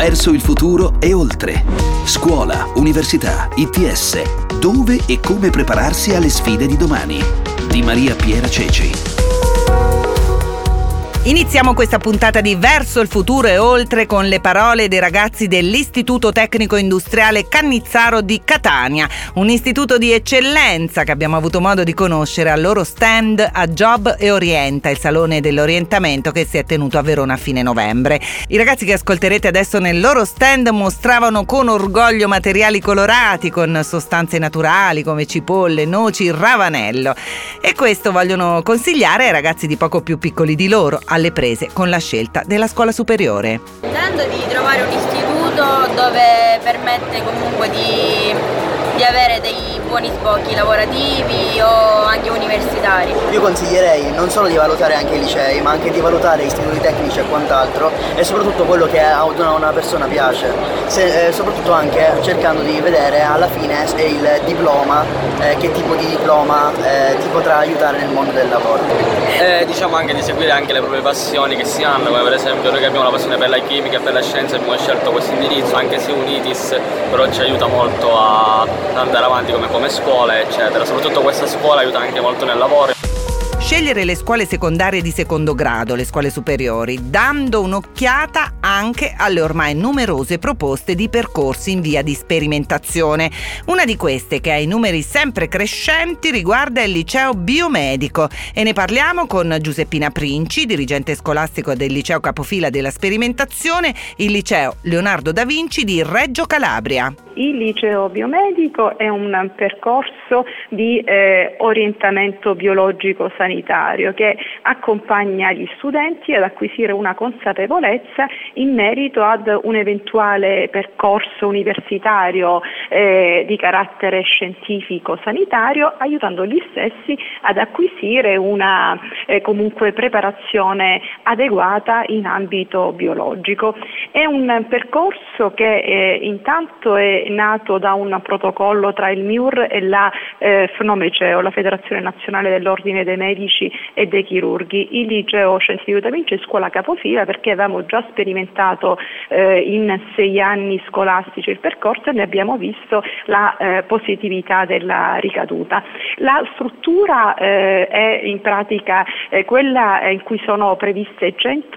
verso il futuro e oltre. Scuola, università, ITS. Dove e come prepararsi alle sfide di domani. Di Maria Piera Ceci. Iniziamo questa puntata di Verso il futuro e oltre con le parole dei ragazzi dell'Istituto Tecnico Industriale Cannizzaro di Catania, un istituto di eccellenza che abbiamo avuto modo di conoscere al loro stand a Job e Orienta, il salone dell'orientamento che si è tenuto a Verona a fine novembre. I ragazzi che ascolterete adesso nel loro stand mostravano con orgoglio materiali colorati con sostanze naturali come cipolle, noci, ravanello, e questo vogliono consigliare ai ragazzi di poco più piccoli di loro, alle prese con la scelta della scuola superiore. Sperando di trovare un istituto dove permette comunque di avere dei buoni sbocchi lavorativi o anche universitari. Io consiglierei non solo di valutare anche i licei, ma anche di valutare istituti tecnici e quant'altro, e soprattutto quello che a una persona piace, soprattutto anche cercando di vedere alla fine il diploma, che tipo di diploma ti potrà aiutare nel mondo del lavoro. Diciamo anche di seguire anche le proprie passioni che si hanno, come per esempio noi che abbiamo la passione per la chimica e per la scienza abbiamo scelto questo indirizzo, anche se un ITIS, però ci aiuta molto a andare avanti come scuola, eccetera. Soprattutto questa scuola aiuta anche molto nel lavoro. Scegliere le scuole secondarie di secondo grado, le scuole superiori, dando un'occhiata anche alle ormai numerose proposte di percorsi in via di sperimentazione. Una di queste, che ha i numeri sempre crescenti, riguarda il liceo biomedico, e ne parliamo con Giuseppina Princi, dirigente scolastico del liceo capofila della sperimentazione, il liceo Leonardo da Vinci di Reggio Calabria. Il liceo biomedico è un percorso di orientamento biologico sanitario che accompagna gli studenti ad acquisire una consapevolezza in merito ad un eventuale percorso universitario di carattere scientifico sanitario, aiutando gli stessi ad acquisire una comunque preparazione adeguata in ambito biologico. È un percorso che intanto è nato da un protocollo tra il MIUR e la FNOMECEO, la Federazione Nazionale dell'Ordine dei Medici e dei Chirurghi. Il liceo Scientifico da Vinci è scuola capofila perché avevamo già sperimentato in 6 anni scolastici il percorso e ne abbiamo visto la positività della ricaduta. La struttura è in pratica quella in cui sono previste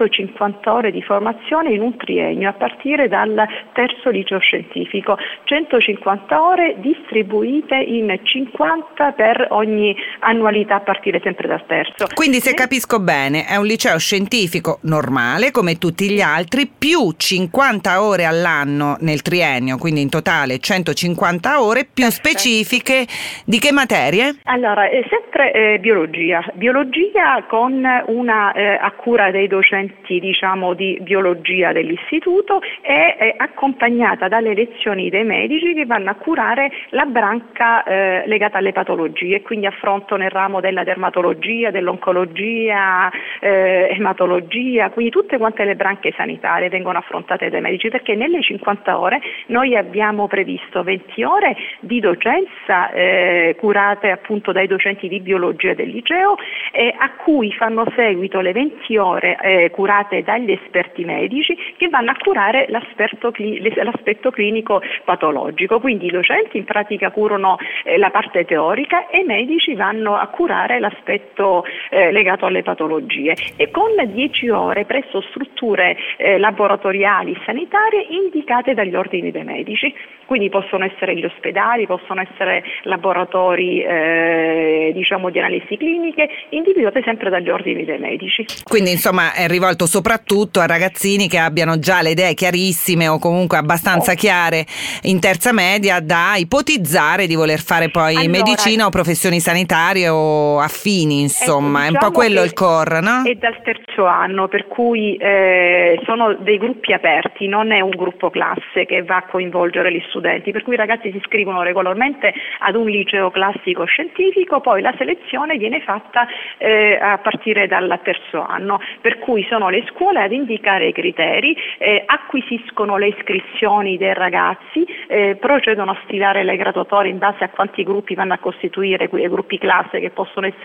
150 ore di formazione in un triennio a partire dal terzo liceo scientifico. 150 ore distribuite in 50 per ogni annualità a partire sempre dal terzo. Quindi, se capisco bene, è un liceo scientifico normale come tutti gli altri, più 50 ore all'anno nel triennio, quindi in totale 150 ore più specifiche di che materie? Allora, sempre biologia con una a cura dei docenti, diciamo, di biologia dell'istituto, è accompagnata dalle lezioni dei medici che vanno a curare la branca legata alle patologie, quindi affrontano il ramo della dermatologia, dell'oncologia, ematologia, quindi tutte quante le branche sanitarie vengono affrontate dai medici, perché nelle 50 ore noi abbiamo previsto 20 ore di docenza curate appunto dai docenti di biologia del liceo, a cui fanno seguito le 20 ore curate dagli esperti medici che vanno a curare l'aspetto clinico patologico. Quindi i docenti in pratica curano la parte teorica e i medici vanno a curare l'aspetto legato alle patologie, e con 10 ore presso strutture laboratoriali sanitarie indicate dagli ordini dei medici. Quindi possono essere gli ospedali, possono essere laboratori diciamo di analisi cliniche, individuate sempre dagli ordini dei medici. Quindi insomma è rivolto soprattutto a ragazzini che abbiano già le idee chiarissime o comunque abbastanza chiare in terza media da ipotizzare di voler fare poi medicina o professioni sanitarie o affini, insomma, diciamo è un po' quello il core, no? È dal terzo anno, per cui sono dei gruppi aperti, non è un gruppo classe che va a coinvolgere gli studenti, per cui i ragazzi si iscrivono regolarmente ad un liceo classico scientifico, poi la selezione viene fatta a partire dal terzo anno, per cui sono le scuole ad indicare i criteri, acquisiscono le iscrizioni dei ragazzi, procedono a stilare le graduatorie in base a quanti gruppi vanno a costituire, quei gruppi classe che possono essere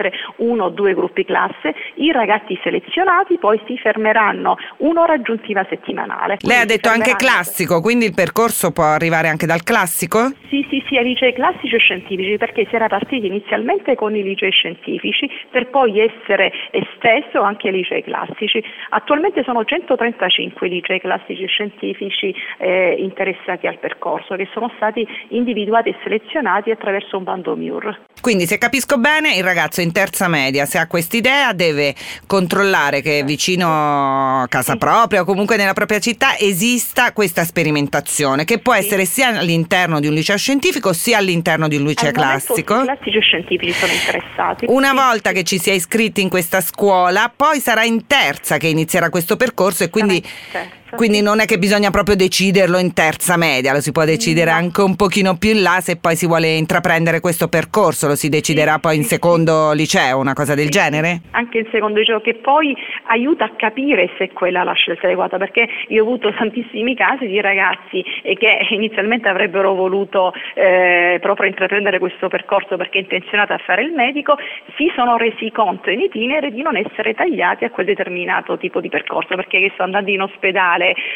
1 o 2 gruppi classe, i ragazzi selezionati poi si fermeranno un'ora aggiuntiva settimanale. Lei ha detto anche classico, quindi il percorso può arrivare anche dal classico? Sì, ai licei classici e scientifici, perché si era partiti inizialmente con i licei scientifici per poi essere esteso anche ai licei classici. Attualmente sono 135 licei classici e scientifici interessati al percorso, che sono stati individuati e selezionati attraverso un bando MIUR. Quindi, se capisco bene, il ragazzo in terza media, se ha quest'idea, deve controllare che vicino a casa propria o comunque nella propria città esista questa sperimentazione, che può essere sia all'interno di un liceo scientifico sia all'interno di un liceo classico. I classici e scientifici sono interessati. Una volta che ci si è iscritti in questa scuola, poi sarà in terza che inizierà questo percorso, e quindi non è che bisogna proprio deciderlo in terza media, lo si può decidere anche un pochino più in là, se poi si vuole intraprendere questo percorso, lo si deciderà poi in secondo liceo, una cosa del genere? Anche in secondo liceo, che poi aiuta a capire se quella è la scelta adeguata, perché io ho avuto tantissimi casi di ragazzi che inizialmente avrebbero voluto proprio intraprendere questo percorso perché intenzionati a fare il medico, si sono resi conto in itinere di non essere tagliati a quel determinato tipo di percorso, perché che sto andando in ospedale,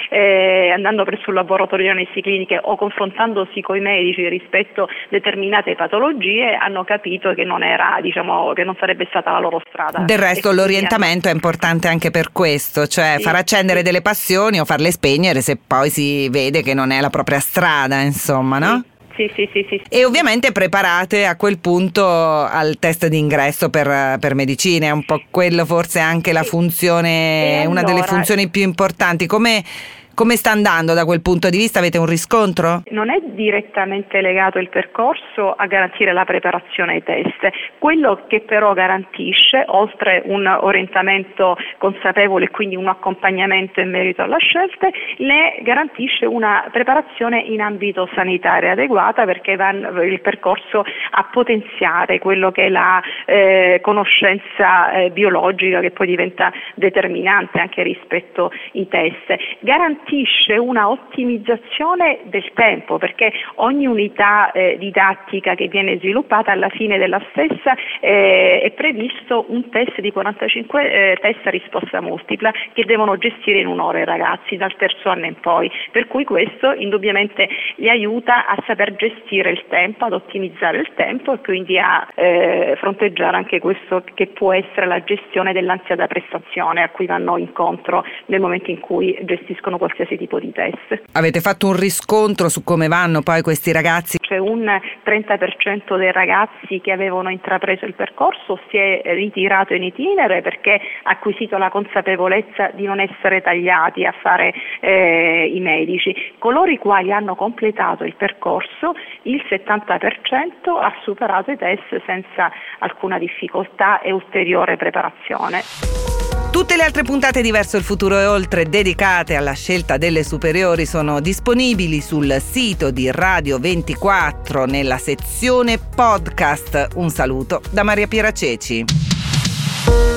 andando presso un laboratorio di analisi cliniche o confrontandosi con i medici rispetto a determinate patologie, hanno capito che non era, che non sarebbe stata la loro strada. Del resto l'orientamento è importante anche per questo, cioè far accendere delle passioni o farle spegnere se poi si vede che non è la propria strada, insomma, no? Sì. E ovviamente preparate a quel punto al test d'ingresso per medicina, è un po' quello forse anche la funzione, una delle funzioni più importanti. Come sta andando da quel punto di vista? Avete un riscontro? Non è direttamente legato il percorso a garantire la preparazione ai test. Quello che però garantisce, oltre un orientamento consapevole e quindi un accompagnamento in merito alla scelta, ne garantisce una preparazione in ambito sanitario adeguata, perché va il percorso a potenziare quello che è la conoscenza biologica, che poi diventa determinante anche rispetto ai test. Garantisce una ottimizzazione del tempo, perché ogni unità didattica che viene sviluppata, alla fine della stessa è previsto un test di 45 test a risposta multipla che devono gestire in un'ora i ragazzi dal terzo anno in poi, per cui questo indubbiamente li aiuta a saper gestire il tempo, ad ottimizzare il tempo e quindi a fronteggiare anche questo che può essere la gestione dell'ansia da prestazione a cui vanno incontro nel momento in cui gestiscono qualsiasi tipo di test. Avete fatto un riscontro su come vanno poi questi ragazzi? C'è un 30% dei ragazzi che avevano intrapreso il percorso si è ritirato in itinere perché ha acquisito la consapevolezza di non essere tagliati a fare i medici. Coloro i quali hanno completato il percorso, il 70% ha superato i test senza alcuna difficoltà e ulteriore preparazione. Tutte le altre puntate di Verso il futuro e oltre dedicate alla scelta delle superiori sono disponibili sul sito di Radio 24 nella sezione podcast. Un saluto da Maria Piera Ceci.